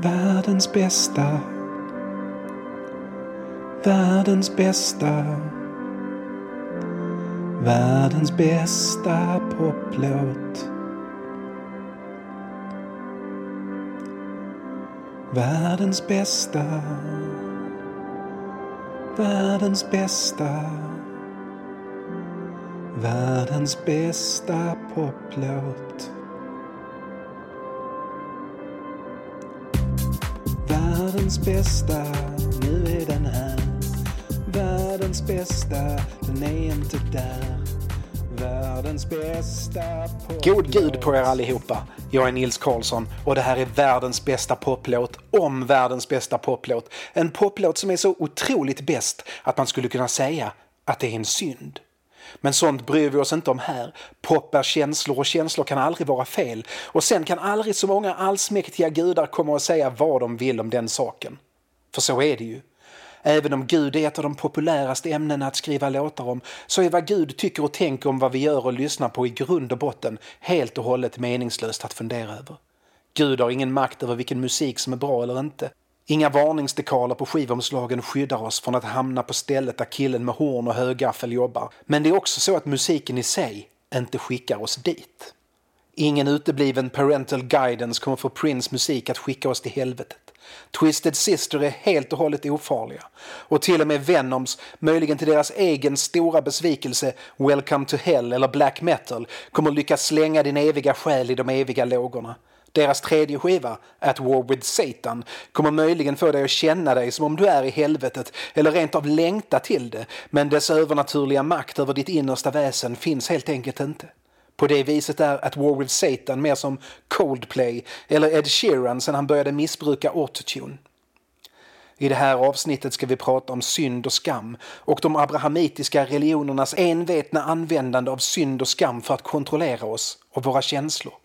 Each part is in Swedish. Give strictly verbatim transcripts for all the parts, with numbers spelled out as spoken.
Världens bästa. Världens bästa. Världens bästa poplåt. Världens bästa. Världens bästa. Världens bästa poplåt. Världens bästa, nu är den här. Världens bästa, den är inte där. Världens bästa poplåt. God gud på er allihopa. Jag är Nils Karlsson och det här är världens bästa poplåt om världens bästa poplåt. En poplåt som är så otroligt bäst att man skulle kunna säga att det är en synd. Men sånt bryr vi oss inte om här. Pop är känslor och känslor kan aldrig vara fel. Och sen kan aldrig så många allsmäktiga gudar komma och säga vad de vill om den saken. För så är det ju. Även om Gud är ett av de populäraste ämnena att skriva låtar om, så är vad Gud tycker och tänker om vad vi gör och lyssnar på i grund och botten helt och hållet meningslöst att fundera över. Gud har ingen makt över vilken musik som är bra eller inte. Inga varningsdekaler på skivomslagen skyddar oss från att hamna på stället där killen med horn och högaffel jobbar. Men det är också så att musiken i sig inte skickar oss dit. Ingen utebliven parental guidance kommer få Prince musik att skicka oss till helvetet. Twisted Sister är helt och hållet ofarliga. Och till och med Venoms, möjligen till deras egen stora besvikelse, Welcome to Hell eller Black Metal, kommer lyckas slänga din eviga själ i de eviga lågorna. Deras tredje skiva, At War with Satan, kommer möjligen få dig att känna dig som om du är i helvetet eller rent av längta till det, men dess övernaturliga makt över ditt innersta väsen finns helt enkelt inte. På det viset är At War with Satan mer som Coldplay eller Ed Sheeran sedan han började missbruka autotune. I det här avsnittet ska vi prata om synd och skam och de abrahamitiska religionernas envetna användande av synd och skam för att kontrollera oss och våra känslor.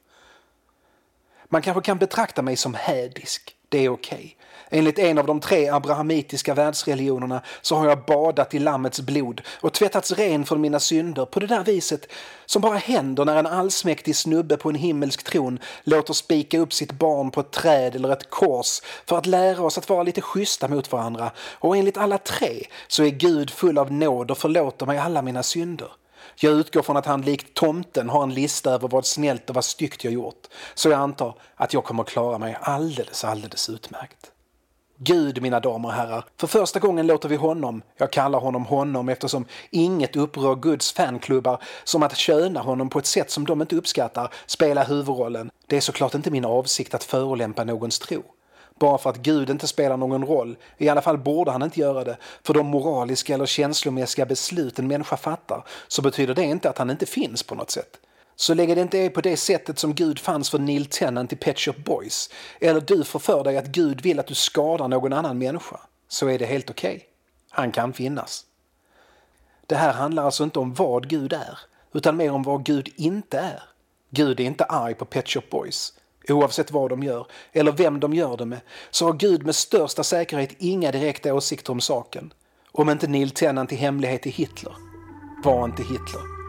Man kanske kan betrakta mig som hädisk. Det är okej. Enligt en av de tre abrahamitiska världsreligionerna så har jag badat i lammets blod och tvättats ren från mina synder på det där viset som bara händer när en allsmäktig snubbe på en himmelsk tron låter spika upp sitt barn på ett träd eller ett kors för att lära oss att vara lite schyssta mot varandra. Och enligt alla tre så är Gud full av nåd och förlåter mig alla mina synder. Jag utgår från att han likt tomten har en lista över vad snällt och vad styggt jag gjort. Så jag antar att jag kommer klara mig alldeles, alldeles utmärkt. Gud, mina damer och herrar, för första gången låter vi honom, jag kallar honom honom eftersom inget upprör Guds fanklubbar som att köna honom på ett sätt som de inte uppskattar, spela huvudrollen. Det är såklart inte min avsikt att förolämpa någons tro. Bara för att Gud inte spelar någon roll, i alla fall borde han inte göra det, för de moraliska eller känslomässiga beslut en människa fattar, så betyder det inte att han inte finns på något sätt. Så länge det inte är på det sättet som Gud fanns för Neil Tennant i Pet Shop Boys, eller du får för dig att Gud vill att du skadar någon annan människa, så är det helt okej. Han kan finnas. Det här handlar alltså inte om vad Gud är, utan mer om vad Gud inte är. Gud är inte arg på Pet Shop Boys. Oavsett vad de gör, eller vem de gör det med, så har Gud med största säkerhet inga direkta åsikter om saken. Om inte Neil Tennant i hemlighet i Hitler. Var inte Hitler.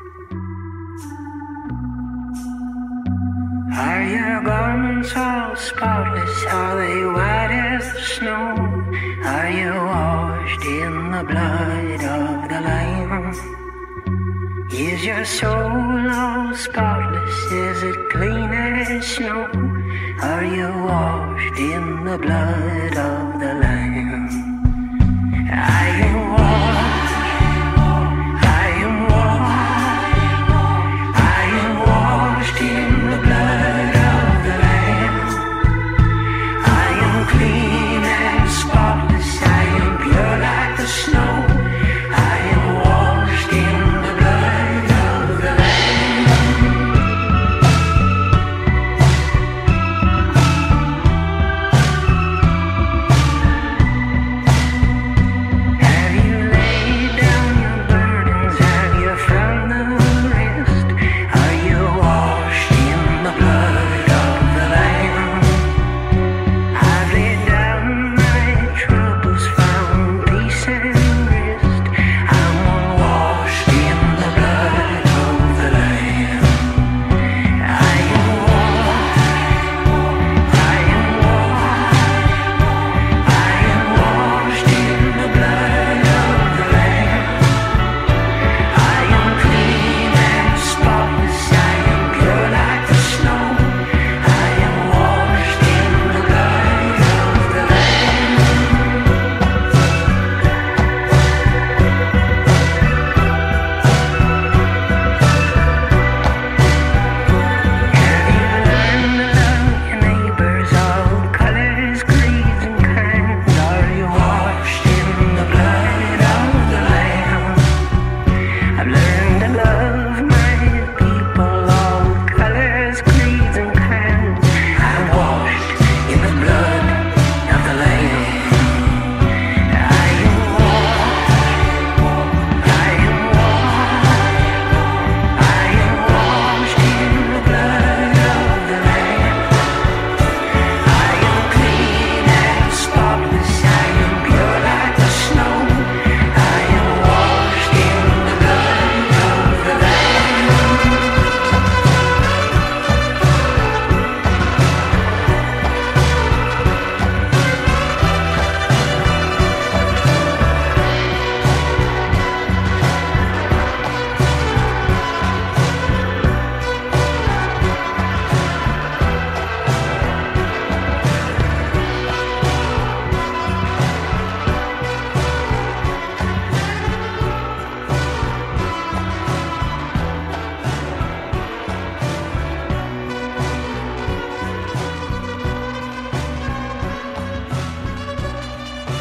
Are your garments all spotless? Are they white as the snow? Are you washed in the blood of the Lamb? Is your soul all spotless? Is it clean as snow? Are you washed in the blood of the Lamb? I am washed. I am washed. I am washed in the blood of the Lamb. I am clean and spotless. I am pure like the snow. I am washed in the blood of the Lamb.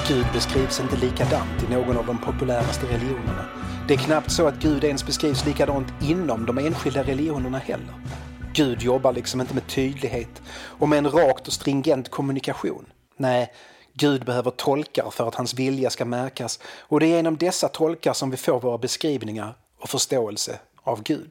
Gud beskrivs inte likadant i någon av de populäraste religionerna. Det är knappt så att Gud ens beskrivs likadant inom de enskilda religionerna heller. Gud jobbar liksom inte med tydlighet och med en rakt och stringent kommunikation. Nej, Gud behöver tolkar för att hans vilja ska märkas, och det är genom dessa tolkar som vi får våra beskrivningar och förståelse av Gud.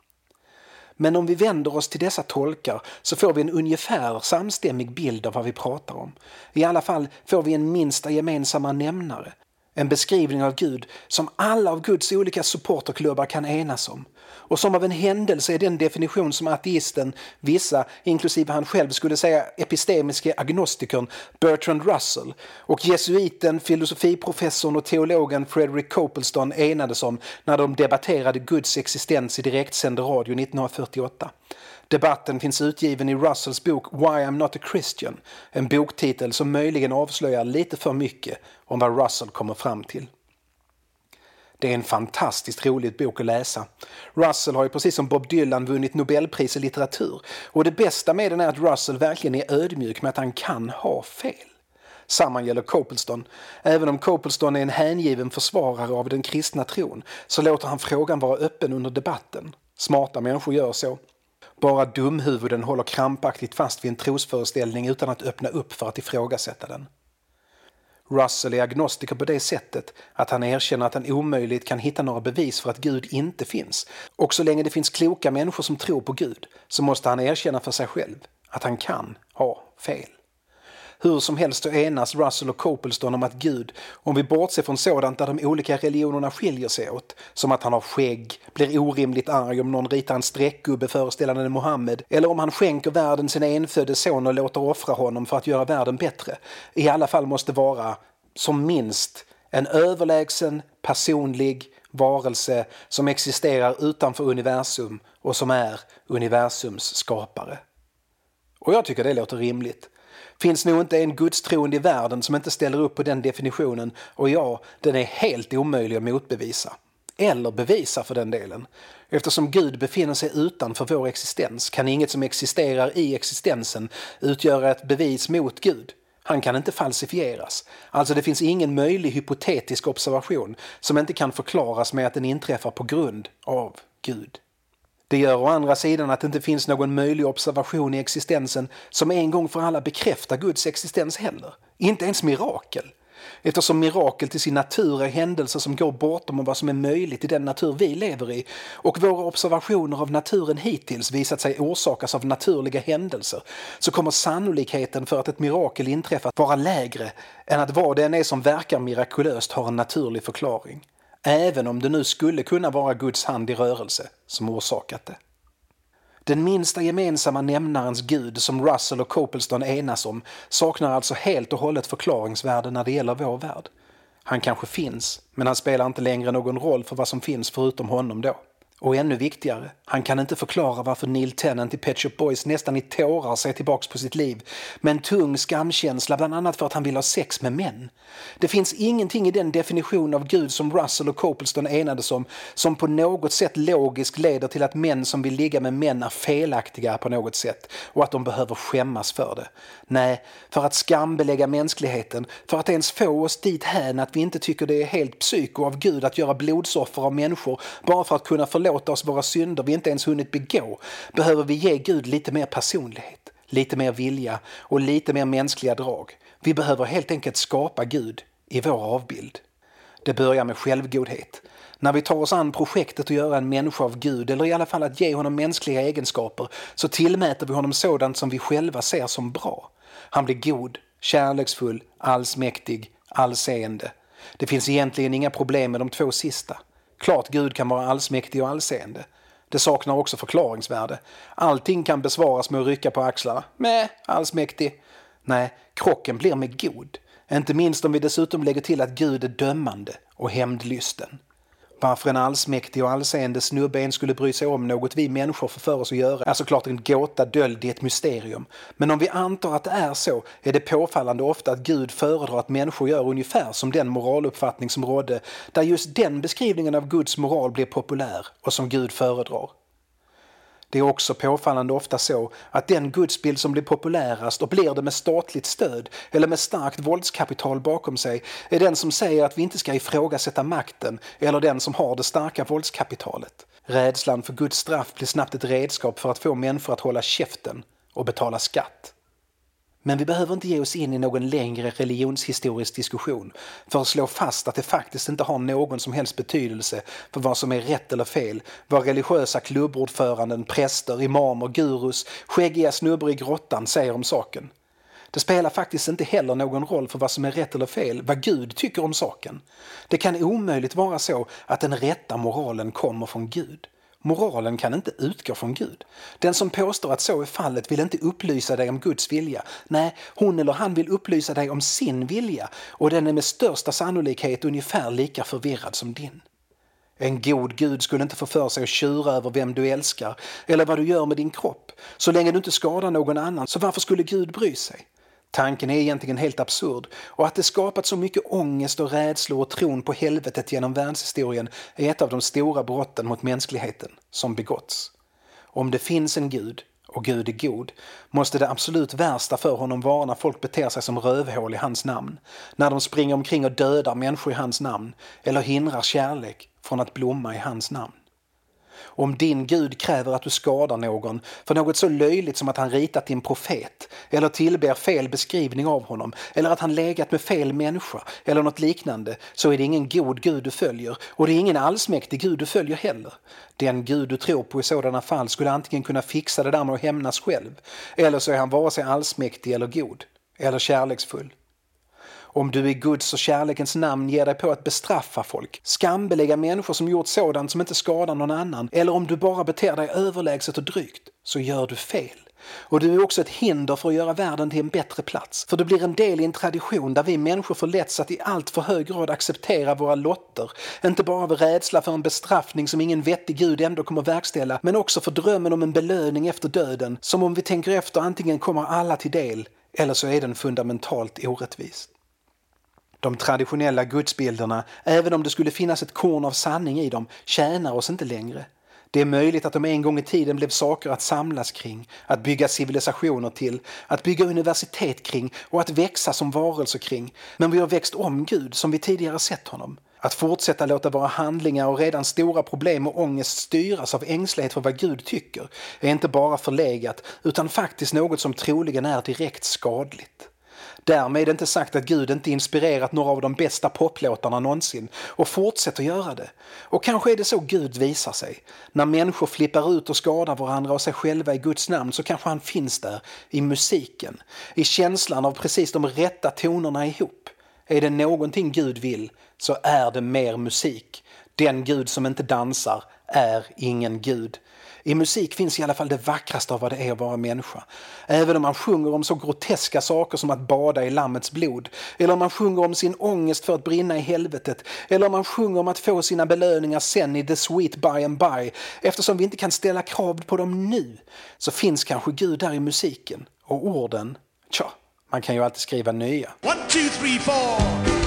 Men om vi vänder oss till dessa tolkar så får vi en ungefär samstämmig bild av vad vi pratar om. I alla fall får vi en minsta gemensamma nämnare. En beskrivning av Gud som alla av Guds olika supporterklubbar kan enas om. Och som av en händelse är den definition som ateisten, vissa, inklusive han själv, skulle säga epistemiske agnostikern Bertrand Russell och jesuiten, filosofiprofessorn och teologen Frederick Copleston enades om när de debatterade Guds existens i direktsänd radio nittonhundrafyrtioåtta. Debatten finns utgiven i Russells bok Why I'm Not a Christian, en boktitel som möjligen avslöjar lite för mycket om vad Russell kommer fram till. Det är en fantastiskt rolig bok att läsa. Russell har ju precis som Bob Dylan vunnit Nobelpris i litteratur, och det bästa med den är att Russell verkligen är ödmjuk med att han kan ha fel. Samma gäller Copleston. Även om Copleston är en hängiven försvarare av den kristna tron så låter han frågan vara öppen under debatten. Smarta människor gör så. Bara dumhuvuden håller krampaktigt fast vid en trosföreställning utan att öppna upp för att ifrågasätta den. Russell är agnostiker på det sättet att han erkänner att han omöjligt kan hitta några bevis för att Gud inte finns. Och så länge det finns kloka människor som tror på Gud så måste han erkänna för sig själv att han kan ha fel. Hur som helst så enas Russell och Copleston om att Gud, om vi bortser från sådant där de olika religionerna skiljer sig åt, som att han har skägg, blir orimligt arg om någon ritar en streckgubbe föreställande Mohammed, eller om han skänker världen sin enfödde son och låter offra honom för att göra världen bättre, i alla fall måste vara, som minst, en överlägsen, personlig varelse som existerar utanför universum och som är universums skapare. Och jag tycker det låter rimligt. Finns nog inte en gudstroende i världen som inte ställer upp på den definitionen, och ja, den är helt omöjlig att motbevisa. Eller bevisa för den delen. Eftersom Gud befinner sig utanför vår existens kan inget som existerar i existensen utgöra ett bevis mot Gud. Han kan inte falsifieras. Alltså det finns ingen möjlig hypotetisk observation som inte kan förklaras med att den inträffar på grund av Gud. Det gör å andra sidan att det inte finns någon möjlig observation i existensen som en gång för alla bekräftar Guds existens heller. Inte ens mirakel. Eftersom mirakel till sin natur är händelser som går bortom vad som är möjligt i den natur vi lever i, och våra observationer av naturen hittills visat sig orsakas av naturliga händelser, så kommer sannolikheten för att ett mirakel inträffat vara lägre än att vad det än är som verkar mirakulöst har en naturlig förklaring. Även om det nu skulle kunna vara Guds hand i rörelse som orsakat det. Den minsta gemensamma nämnarens Gud som Russell och Copleston enas om saknar alltså helt och hållet förklaringsvärde när det gäller vår värld. Han kanske finns, men han spelar inte längre någon roll för vad som finns förutom honom då. Och ännu viktigare, han kan inte förklara varför Neil Tennant i Pet Shop Boys nästan i tårar ser tillbaks på sitt liv med en tung skamkänsla, bland annat för att han vill ha sex med män. Det finns ingenting i den definition av Gud som Russell och Copleston enades om som på något sätt logiskt leder till att män som vill ligga med män är felaktiga på något sätt och att de behöver skämmas för det. Nej, för att skambelägga mänskligheten, för att ens få oss dit hän att vi inte tycker det är helt psyko av Gud att göra blodsoffer av människor bara för att kunna förlåta Låta oss våra synder vi inte ens hunnit begå, behöver vi ge Gud lite mer personlighet, lite mer vilja och lite mer mänskliga drag. Vi behöver helt enkelt skapa Gud i vår avbild. Det börjar med självgodhet. När vi tar oss an projektet att göra en människa av Gud, eller i alla fall att ge honom mänskliga egenskaper, så tillmäter vi honom sådant som vi själva ser som bra. Han blir god, kärleksfull, allsmäktig, allseende. Det finns egentligen inga problem med de två sista. Klart Gud kan vara allsmäktig och allseende. Det saknar också förklaringsvärde. Allting kan besvaras med att rycka på axlarna. Mäh, allsmäktig. Nej, krocken blir med god. Inte minst om vi dessutom lägger till att Gud är dömande och hämndlysten. Varför en allsmäktig och allseende snubbe en skulle bry sig om något vi människor får för oss att göra är såklart en gåta döljd i ett mysterium. Men om vi antar att det är så är det påfallande ofta att Gud föredrar att människor gör ungefär som den moraluppfattning som rådde, där just den beskrivningen av Guds moral blir populär och som Gud föredrar. Det är också påfallande ofta så att den gudsbild som blir populärast och blir det med statligt stöd eller med starkt våldskapital bakom sig är den som säger att vi inte ska ifrågasätta makten eller den som har det starka våldskapitalet. Rädslan för Guds straff blir snabbt ett redskap för att få människor att hålla käften och betala skatt. Men vi behöver inte ge oss in i någon längre religionshistorisk diskussion för att slå fast att det faktiskt inte har någon som helst betydelse för vad som är rätt eller fel, vad religiösa klubbordföranden, präster, imamer, gurus, skäggiga snubbor i grottan säger om saken. Det spelar faktiskt inte heller någon roll för vad som är rätt eller fel, vad Gud tycker om saken. Det kan omöjligt vara så att den rätta moralen kommer från Gud. Moralen kan inte utgå från Gud. Den som påstår att så är fallet vill inte upplysa dig om Guds vilja. Nej, hon eller han vill upplysa dig om sin vilja och den är med största sannolikhet ungefär lika förvirrad som din. En god Gud skulle inte få för sig att tjura över vem du älskar eller vad du gör med din kropp. Så länge du inte skadar någon annan, så varför skulle Gud bry sig? Tanken är egentligen helt absurd och att det skapat så mycket ångest och rädslor och tron på helvetet genom världshistorien är ett av de stora brotten mot mänskligheten som begåtts. Om det finns en Gud och Gud är god måste det absolut värsta för honom vara när folk beter sig som rövhål i hans namn, när de springer omkring och dödar människor i hans namn eller hindrar kärlek från att blomma i hans namn. Om din Gud kräver att du skadar någon för något så löjligt som att han ritat din profet eller tillber fel beskrivning av honom eller att han legat med fel människa eller något liknande, så är det ingen god Gud du följer och det är ingen allsmäktig Gud du följer heller. Den Gud du tror på i sådana fall skulle antingen kunna fixa det där med att hämnas själv eller så är han vare sig allsmäktig eller god eller kärleksfull. Om du i Guds och kärlekens namn ger dig på att bestraffa folk, skambelägga människor som gjort sådant som inte skadar någon annan, eller om du bara beter dig överlägset och drygt, så gör du fel. Och du är också ett hinder för att göra världen till en bättre plats. För du blir en del i en tradition där vi människor förletts att i allt för hög grad acceptera våra lotter. Inte bara av rädsla för en bestraffning som ingen vettig Gud ändå kommer verkställa, men också för drömmen om en belöning efter döden, som om vi tänker efter antingen kommer alla till del, eller så är den fundamentalt orättvis. De traditionella gudsbilderna, även om det skulle finnas ett korn av sanning i dem, tjänar oss inte längre. Det är möjligt att de en gång i tiden blev saker att samlas kring, att bygga civilisationer till, att bygga universitet kring och att växa som varelser kring. Men vi har växt om Gud som vi tidigare sett honom. Att fortsätta låta våra handlingar och redan stora problem och ångest styras av ängslighet för vad Gud tycker är inte bara förlegat utan faktiskt något som troligen är direkt skadligt. Därmed är det inte sagt att Gud inte inspirerat några av de bästa poplåtarna någonsin och fortsätter göra det. Och kanske är det så Gud visar sig. När människor flippar ut och skadar varandra och sig själva i Guds namn så kanske han finns där i musiken, i känslan av precis de rätta tonerna ihop. Är det någonting Gud vill så är det mer musik. Den Gud som inte dansar är ingen Gud. I musik finns i alla fall det vackraste av vad det är att vara människa. Även om man sjunger om så groteska saker som att bada i lammets blod, eller om man sjunger om sin ångest för att brinna i helvetet, eller om man sjunger om att få sina belöningar sen i the sweet by and by, eftersom vi inte kan ställa krav på dem nu, så finns kanske Gud där i musiken. Och orden, tja, man kan ju alltid skriva nya. One, two, three, four.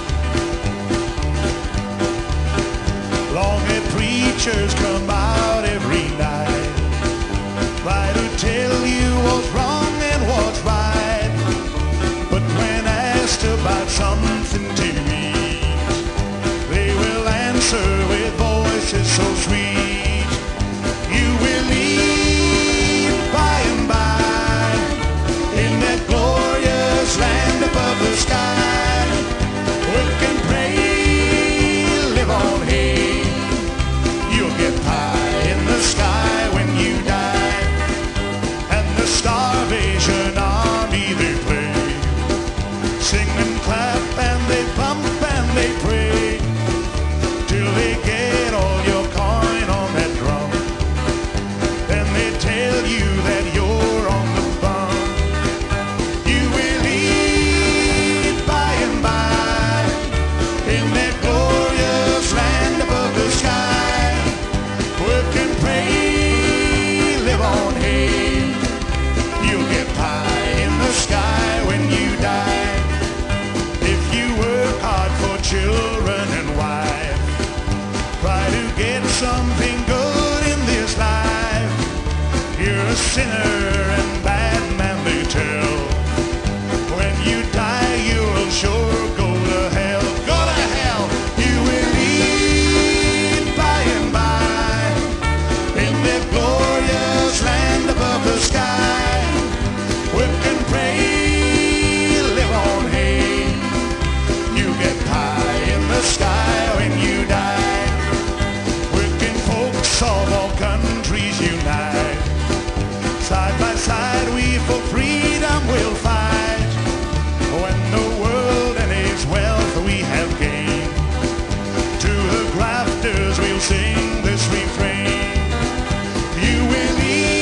Long and preachers come out every night. Try to tell you what's wrong and what's right. But when asked about something to eat, they will answer with voices so sweet. You will eat by and by in that glorious land above the sky. Work and pray, live on hay. You'll get pie in the sky when you die. Star you die, you'll sure go to hell. Go to hell, you will eat by and by in the glorious land above the sky. Work and pray, live on hay. You get pie in the sky when you die. Working folks of all countries unite. Side by side we for freedom will fight. When the world and its wealth we have gained, to the grafters we'll sing this refrain. You will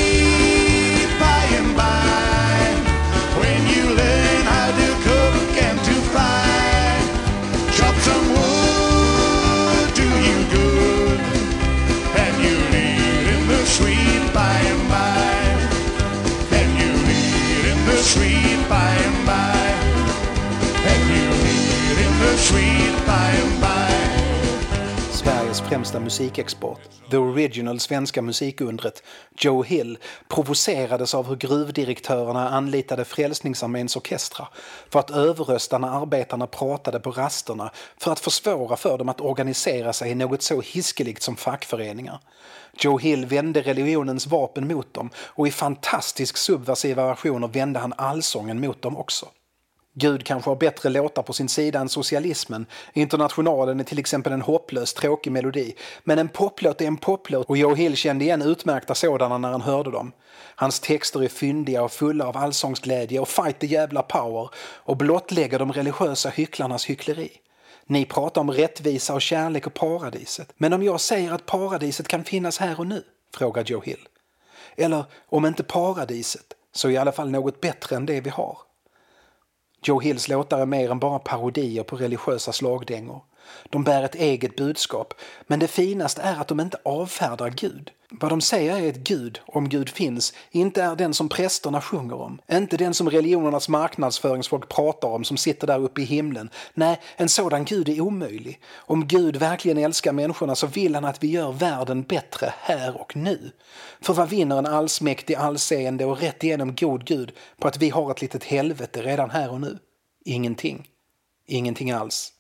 eat by and by when you learn how to cook and to fry. Chop some wood, do you good, and you live in the sweet by and by. And you live in the sweet by and by. And you live in the sweet by and by. Sveriges främsta musikexport, the original svenska musikundret, Joe Hill, provocerades av hur gruvdirektörerna anlitade Frälsningsarméns orkestrar för att överrösta när arbetarna pratade på rasterna för att försvåra för dem att organisera sig i något så hiskeligt som fackföreningar. Joe Hill vände religionens vapen mot dem och i fantastisk subversiva versioner vände han allsången mot dem också. Gud kanske har bättre låtar på sin sida än socialismen. Internationalen är till exempel en hopplös tråkig melodi. Men en poplåt är en poplåt och Joe Hill kände igen utmärkta sådana när han hörde dem. Hans texter är fyndiga och fulla av allsångsglädje och fight the jävla power och blottlägger de religiösa hycklarnas hyckleri. Ni pratar om rättvisa och kärlek och paradiset. Men om jag säger att paradiset kan finnas här och nu, frågar Joe Hill. Eller om inte paradiset, så i alla fall något bättre än det vi har. Joe Hills låtar är mer än bara parodier på religiösa slagdängor. De bär ett eget budskap, men det finaste är att de inte avfärdar Gud. Vad de säger är att Gud, om Gud finns, inte är den som prästerna sjunger om. Inte den som religionernas marknadsföringsfolk pratar om som sitter där uppe i himlen. Nej, en sådan Gud är omöjlig. Om Gud verkligen älskar människorna så vill han att vi gör världen bättre här och nu. För vad vinner en allsmäktig, allseende och rätt igenom god Gud på att vi har ett litet helvete redan här och nu? Ingenting. Ingenting alls.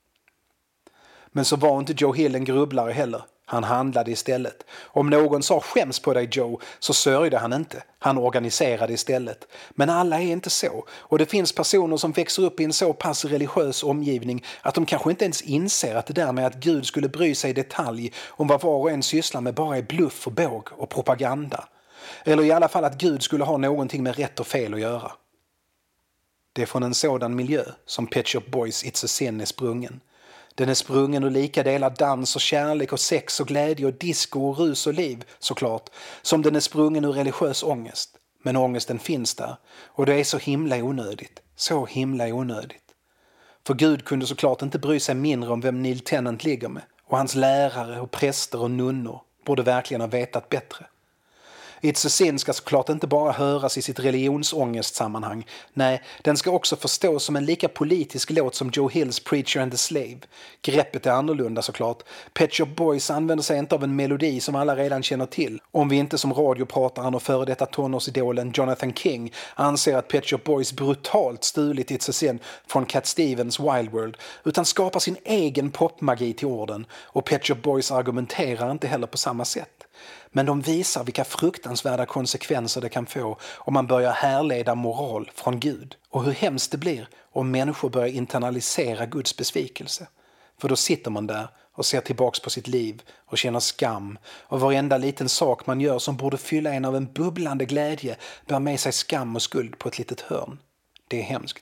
Men så var inte Joe Hill en grubblare heller. Han handlade istället. Om någon sa skäms på dig Joe så sörjde han inte. Han organiserade istället. Men alla är inte så. Och det finns personer som växer upp i en så pass religiös omgivning att de kanske inte ens inser att det där med att Gud skulle bry sig i detalj om vad var och en sysslar med bara är bluff och båg och propaganda. Eller i alla fall att Gud skulle ha någonting med rätt och fel att göra. Det är från en sådan miljö som Pet Shop Boys It's a Sin är sprungen. Den är sprungen ur lika delar dans och kärlek och sex och glädje och disco och rus och liv, såklart, som den är sprungen ur religiös ångest. Men ångesten finns där, och det är så himla onödigt, så himla onödigt. För Gud kunde såklart inte bry sig mindre om vem Neil Tennant ligger med, och hans lärare och präster och nunnor borde verkligen ha vetat bättre. It's a Sin ska såklart inte bara höras i sitt religionsångestsammanhang. Nej, den ska också förstås som en lika politisk låt som Joe Hills Preacher and the Slave. Greppet är annorlunda såklart. Pet Shop Boys använder sig inte av en melodi som alla redan känner till. Om vi inte som radioprataren och före detta tonårsidolen Jonathan King anser att Pet Shop Boys brutalt stulit It's a Sin från Cat Stevens Wild World, utan skapar sin egen popmagi till orden, och Pet Shop Boys argumenterar inte heller på samma sätt. Men de visar vilka fruktansvärda konsekvenser det kan få om man börjar härleda moral från Gud. Och hur hemskt det blir om människor börjar internalisera Guds besvikelse. För då sitter man där och ser tillbaks på sitt liv och känner skam. Och varenda liten sak man gör som borde fylla en av en bubblande glädje bär med sig skam och skuld på ett litet hörn. Det är hemskt.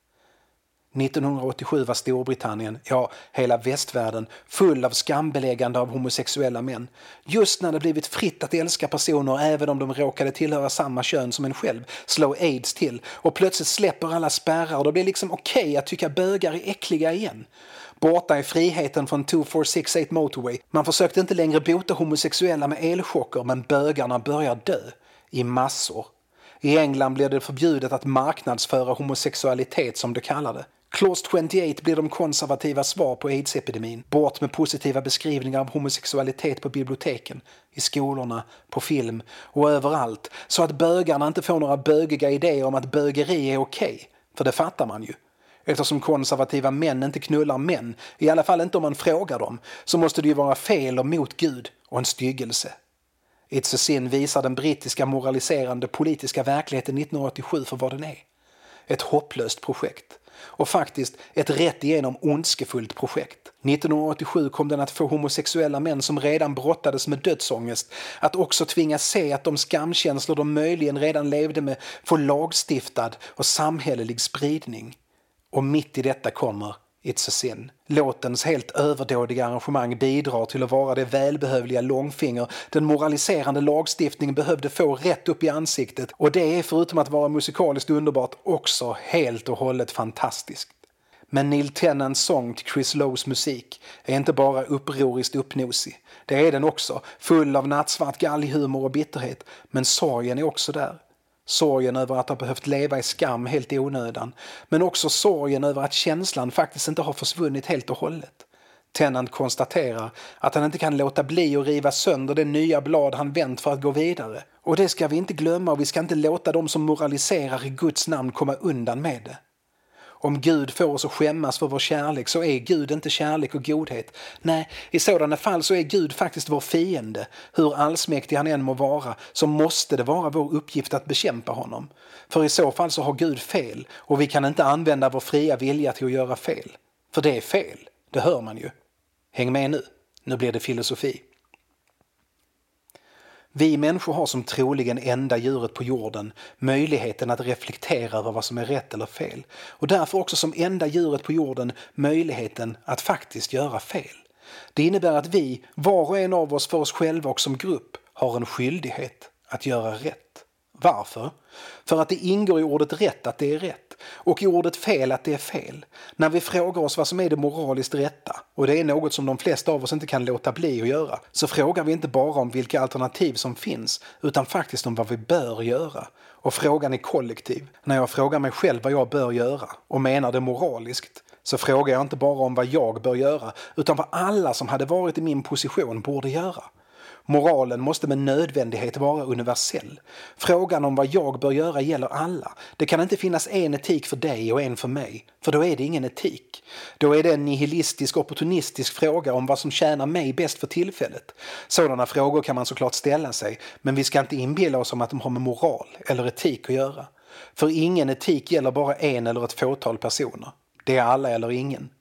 nittonhundraåttiosju var Storbritannien, ja hela västvärlden, full av skambeläggande av homosexuella män. Just när det blivit fritt att älska personer även om de råkade tillhöra samma kön som en själv, slår AIDS till och plötsligt släpper alla spärrar och det blir liksom okej okay att tycka bögar är äckliga igen. Borta är friheten från two four six eight Motorway. Man försökte inte längre bota homosexuella med elchocker, men bögarna börjar dö i massor. I England blir det förbjudet att marknadsföra homosexualitet som det kallar det. Clause tjugoåtta blir de konservativa svar på AIDS-epidemin. Bort med positiva beskrivningar av homosexualitet på biblioteken, i skolorna, på film och överallt. Så att bögarna inte får några bögiga idéer om att bögeri är okej. För det fattar man ju. Eftersom konservativa män inte knullar män, i alla fall inte om man frågar dem, så måste det ju vara fel och mot Gud och en styggelse. It's a Sin visar den brittiska moraliserande politiska verkligheten nittonhundraåttiosju för vad den är. Ett hopplöst projekt. Och faktiskt ett rätt igenom ondskefullt projekt. nittonhundraåttiosju kom den att få homosexuella män som redan brottades med dödsångest att också tvingas se att de skamkänslor de möjligen redan levde med får lagstiftad och samhällelig spridning. Och mitt i detta kommer It's a Sin. Låtens helt överdådiga arrangemang bidrar till att vara det välbehövliga långfinger den moraliserande lagstiftningen behövde få rätt upp i ansiktet, och det är förutom att vara musikaliskt underbart också helt och hållet fantastiskt. Men Neil Tennants sång till Chris Lowe's musik är inte bara upproriskt uppnosig. Det är den också, full av nattsvart galghumor och bitterhet, men sorgen är också där. Sorgen över att ha behövt leva i skam helt i onödan, men också sorgen över att känslan faktiskt inte har försvunnit helt och hållet. Tennant konstaterar att han inte kan låta bli att riva sönder det nya blad han vänt för att gå vidare. Och det ska vi inte glömma, och vi ska inte låta dem som moraliserar i Guds namn komma undan med det. Om Gud får oss att skämmas för vår kärlek så är Gud inte kärlek och godhet. Nej, i sådana fall så är Gud faktiskt vår fiende. Hur allsmäktig han än må vara så måste det vara vår uppgift att bekämpa honom. För i så fall så har Gud fel, och vi kan inte använda vår fria vilja till att göra fel. För det är fel, det hör man ju. Häng med nu, nu blir det filosofi. Vi människor har som troligen enda djuret på jorden möjligheten att reflektera över vad som är rätt eller fel. Och därför också som enda djuret på jorden möjligheten att faktiskt göra fel. Det innebär att vi, var och en av oss för oss själva och som grupp, har en skyldighet att göra rätt. Varför? För att det ingår i ordet rätt att det är rätt, och i ordet fel att det är fel. När vi frågar oss vad som är det moraliskt rätta, och det är något som de flesta av oss inte kan låta bli att göra, så frågar vi inte bara om vilka alternativ som finns, utan faktiskt om vad vi bör göra. Och frågan är kollektiv. När jag frågar mig själv vad jag bör göra, och menar det moraliskt, så frågar jag inte bara om vad jag bör göra, utan vad alla som hade varit i min position borde göra. Moralen måste med nödvändighet vara universell. Frågan om vad jag bör göra gäller alla. Det kan inte finnas en etik för dig och en för mig, för då är det ingen etik. Då är det en nihilistisk, opportunistisk fråga om vad som tjänar mig bäst för tillfället. Sådana frågor kan man såklart ställa sig, men vi ska inte inbilla oss om att de har med moral eller etik att göra. För ingen etik gäller bara en eller ett fåtal personer. Det är alla eller ingen.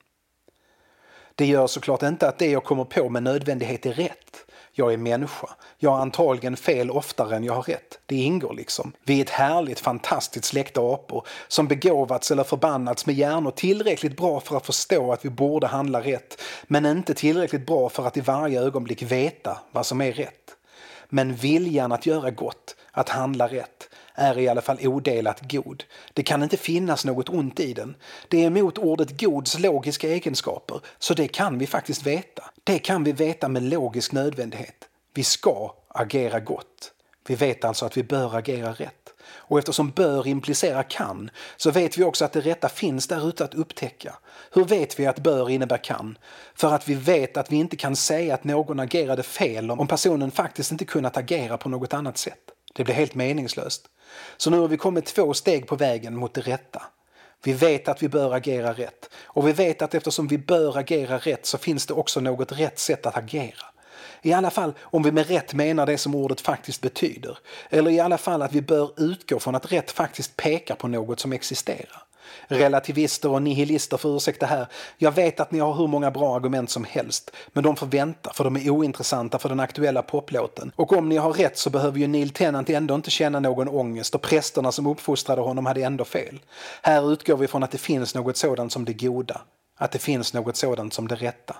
Det gör såklart inte att det jag kommer på med nödvändighet är rätt. Jag är människa. Jag har antagligen fel oftare än jag har rätt. Det ingår liksom. Vi är ett härligt, fantastiskt släkte apor som begåvats eller förbannats med hjärnor tillräckligt bra för att förstå att vi borde handla rätt, men inte tillräckligt bra för att i varje ögonblick veta vad som är rätt. Men viljan att göra gott, att handla rätt, är i alla fall odelat god. Det kan inte finnas något ont i den. Det är emot ordet gods logiska egenskaper, så det kan vi faktiskt veta. Det kan vi veta med logisk nödvändighet. Vi ska agera gott. Vi vet alltså att vi bör agera rätt. Och eftersom bör implicerar kan, så vet vi också att det rätta finns där ute att upptäcka. Hur vet vi att bör innebär kan? För att vi vet att vi inte kan säga att någon agerade fel om personen faktiskt inte kunnat agera på något annat sätt. Det blir helt meningslöst. Så nu har vi kommit två steg på vägen mot det rätta. Vi vet att vi bör agera rätt. Och vi vet att eftersom vi bör agera rätt så finns det också något rätt sätt att agera. I alla fall om vi med rätt menar det som ordet faktiskt betyder. Eller i alla fall att vi bör utgå från att rätt faktiskt pekar på något som existerar. Relativister och nihilister får ursäkta här. Jag vet att ni har hur många bra argument som helst, men de får vänta för de är ointressanta för den aktuella poplåten. Och om ni har rätt så behöver ju Neil Tennant ändå inte känna någon ångest, och prästerna som uppfostrade honom hade ändå fel. Här utgår vi från att det finns något sådant som det goda, att det finns något sådant som det rätta.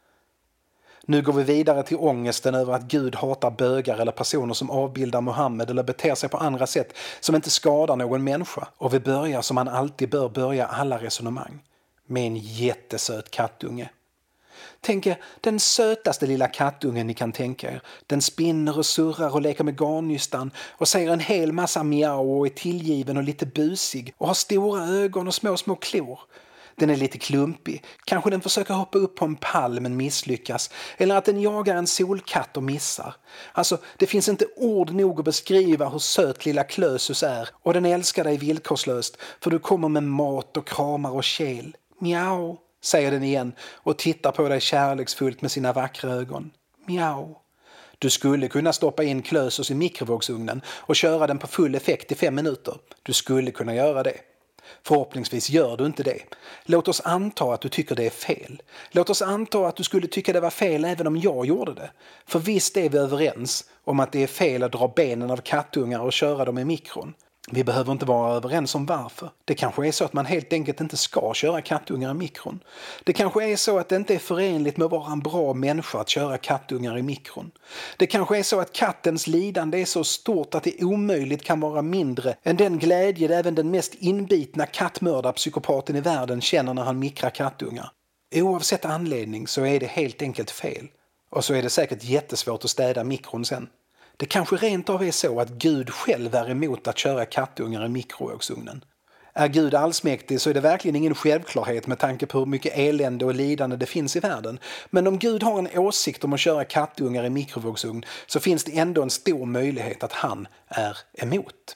Nu går vi vidare till ångesten över att Gud hatar bögar eller personer som avbildar Muhammed eller beter sig på andra sätt som inte skadar någon människa. Och vi börjar som man alltid bör börja alla resonemang. Med en jättesöt kattunge. Tänk er den sötaste lilla kattungen ni kan tänka er. Den spinner och surrar och leker med garnnystan och säger en hel massa miau och är tillgiven och lite busig och har stora ögon och små små klor. Den är lite klumpig. Kanske den försöker hoppa upp på en pall men misslyckas. Eller att den jagar en solkatt och missar. Alltså, det finns inte ord nog att beskriva hur söt lilla Klösus är. Och den älskar dig villkorslöst, för du kommer med mat och kramar och kel. Miau, säger den igen och tittar på dig kärleksfullt med sina vackra ögon. Miau. Du skulle kunna stoppa in Klösus i mikrovågsugnen och köra den på full effekt i fem minuter. Du skulle kunna göra det. Förhoppningsvis gör du inte det. Låt oss anta att du tycker det är fel. Låt oss anta att du skulle tycka det var fel även om jag gjorde det. För visst är vi överens om att det är fel att dra benen av kattungar och köra dem i mikron. Vi behöver inte vara överens om varför. Det kanske är så att man helt enkelt inte ska köra kattungar i mikron. Det kanske är så att det inte är förenligt med att vara en bra människa att köra kattungar i mikron. Det kanske är så att kattens lidande är så stort att det omöjligt kan vara mindre än den glädje även den mest inbitna kattmördarpsykopaten i världen känner när han mikrar kattungar. Oavsett anledning så är det helt enkelt fel. Och så är det säkert jättesvårt att städa mikron sen. Det kanske rent av är så att Gud själv är emot att köra kattungar i mikrovågsugnen. Är Gud allsmäktig så är det verkligen ingen självklarhet med tanke på hur mycket elände och lidande det finns i världen. Men om Gud har en åsikt om att köra kattungar i mikrovågsugn så finns det ändå en stor möjlighet att han är emot.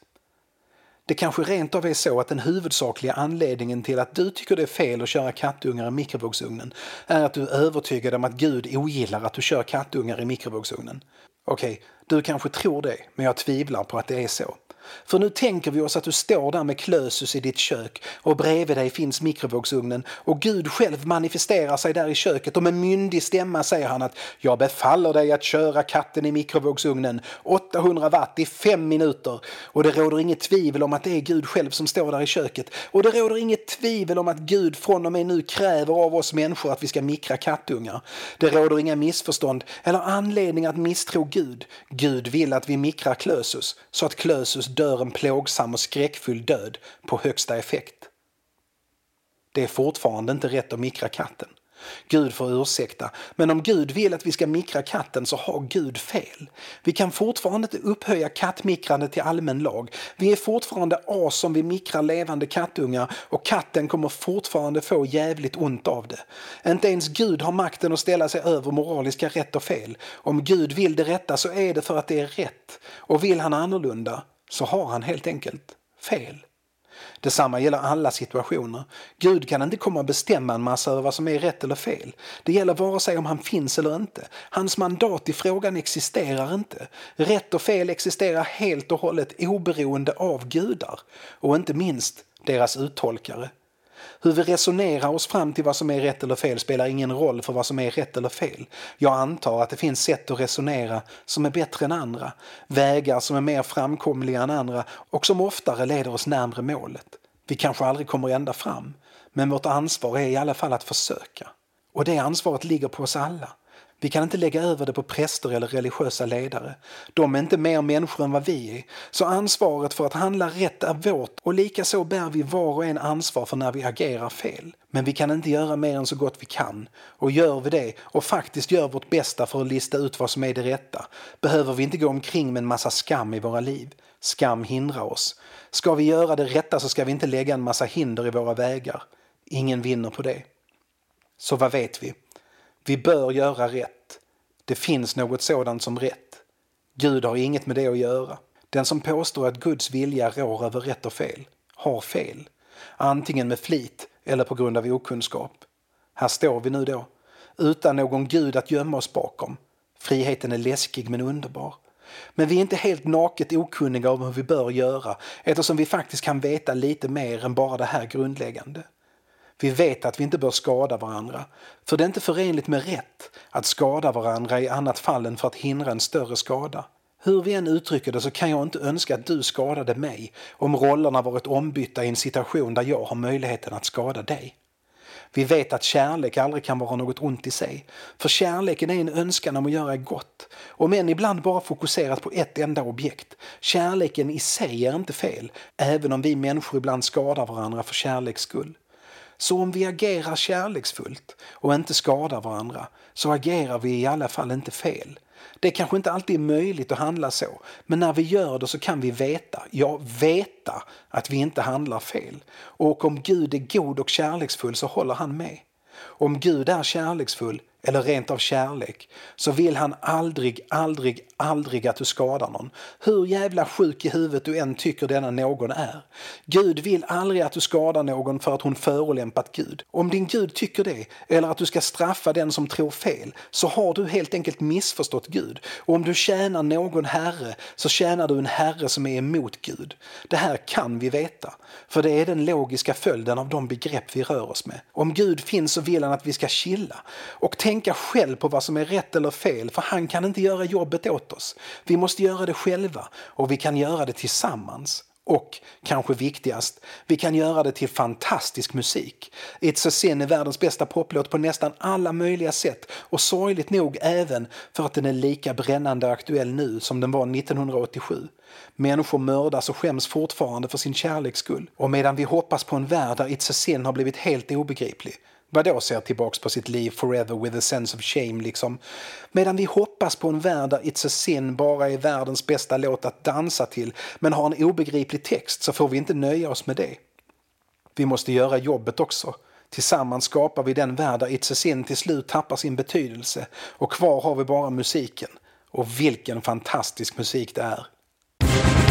Det kanske rent av är så att den huvudsakliga anledningen till att du tycker det är fel att köra kattungar i mikrovågsugnen är att du är övertygad om att Gud ogillar att du kör kattungar i mikrovågsugnen. Okej, du kanske tror det, men jag tvivlar på att det är så. För nu tänker vi oss att du står där med Klösus i ditt kök och bredvid dig finns mikrovågsugnen och Gud själv manifesterar sig där i köket och med myndig stämma säger han att jag befaller dig att köra katten i mikrovågsugnen åttahundra watt i fem minuter och det råder inget tvivel om att det är Gud själv som står där i köket och det råder inget tvivel om att Gud från och med nu kräver av oss människor att vi ska mikra kattungar. Det råder inga missförstånd eller anledning att misstro Gud. Gud vill att vi mikrar Klösus så att Klösus dör en plågsam och skräckfull död på högsta effekt. Det är fortfarande inte rätt att mikra katten. Gud får ursäkta, men om Gud vill att vi ska mikra katten så har Gud fel. Vi kan fortfarande inte upphöja kattmikrande till allmän lag. Vi är fortfarande as om vi mikrar levande kattungar och katten kommer fortfarande få jävligt ont av det. Inte ens Gud har makten att ställa sig över moraliska rätt och fel. Om Gud vill det rätta så är det för att det är rätt. Och vill han annorlunda så har han helt enkelt fel. Detsamma gäller alla situationer. Gud kan inte komma och bestämma en massa över vad som är rätt eller fel. Det gäller vare sig om han finns eller inte. Hans mandat i frågan existerar inte. Rätt och fel existerar helt och hållet oberoende av gudar. Och inte minst deras uttolkare. Hur vi resonerar oss fram till vad som är rätt eller fel spelar ingen roll för vad som är rätt eller fel. Jag antar att det finns sätt att resonera som är bättre än andra, vägar som är mer framkomliga än andra och som oftare leder oss närmare målet. Vi kanske aldrig kommer ända fram, men vårt ansvar är i alla fall att försöka. Och det ansvaret ligger på oss alla. Vi kan inte lägga över det på präster eller religiösa ledare. De är inte mer människor än vad vi är. Så ansvaret för att handla rätt är vårt och likaså bär vi var och en ansvar för när vi agerar fel. Men vi kan inte göra mer än så gott vi kan. Och gör vi det och faktiskt gör vårt bästa för att lista ut vad som är det rätta behöver vi inte gå omkring med en massa skam i våra liv. Skam hindrar oss. Ska vi göra det rätta så ska vi inte lägga en massa hinder i våra vägar. Ingen vinner på det. Så vad vet vi? Vi bör göra rätt. Det finns något sådant som rätt. Gud har inget med det att göra. Den som påstår att Guds vilja rår över rätt och fel har fel. Antingen med flit eller på grund av okunskap. Här står vi nu då. Utan någon Gud att gömma oss bakom. Friheten är läskig men underbar. Men vi är inte helt naket okunniga om hur vi bör göra eftersom vi faktiskt kan veta lite mer än bara det här grundläggande. Vi vet att vi inte bör skada varandra, för det är inte förenligt med rätt att skada varandra i annat fall än för att hindra en större skada. Hur vi än uttrycker det så kan jag inte önska att du skadade mig om rollerna varit ombytta i en situation där jag har möjligheten att skada dig. Vi vet att kärlek aldrig kan vara något ont i sig, för kärleken är en önskan om att göra gott, och men ibland bara fokuserat på ett enda objekt. Kärleken i sig är inte fel, även om vi människor ibland skadar varandra för kärleks skull. Så om vi agerar kärleksfullt och inte skadar varandra så agerar vi i alla fall inte fel. Det kanske inte alltid är möjligt att handla så, men när vi gör det så kan vi veta, ja veta att vi inte handlar fel. Och om Gud är god och kärleksfull så håller han med. Om Gud är kärleksfull eller rent av kärlek så vill han aldrig, aldrig, aldrig att du skadar någon. Hur jävla sjuk i huvudet du än tycker denna någon är. Gud vill aldrig att du skadar någon för att hon förolämpat Gud. Om din Gud tycker det, eller att du ska straffa den som tror fel, så har du helt enkelt missförstått Gud. Och om du tjänar någon herre så tjänar du en herre som är emot Gud. Det här kan vi veta, för det är den logiska följden av de begrepp vi rör oss med. Om Gud finns så vill han att vi ska chilla och tänka själv på vad som är rätt eller fel, för han kan inte göra jobbet åt oss. Vi måste göra det själva, och vi kan göra det tillsammans. Och, kanske viktigast, vi kan göra det till fantastisk musik. It's a Sin är världens bästa poplåt på nästan alla möjliga sätt, och sorgligt nog även för att den är lika brännande aktuell nu som den var nittonhundraåttiosju. Människor mördas och skäms fortfarande för sin kärleks skull. Och medan vi hoppas på en värld där It's a Sin har blivit helt obegriplig, vadå ser tillbaks på sitt liv forever with a sense of shame liksom. Medan vi hoppas på en värld där It's a Sin bara är världens bästa låt att dansa till, men har en obegriplig text, så får vi inte nöja oss med det. Vi måste göra jobbet också. Tillsammans skapar vi den värld där It's a Sin till slut tappar sin betydelse, och kvar har vi bara musiken. Och vilken fantastisk musik det är.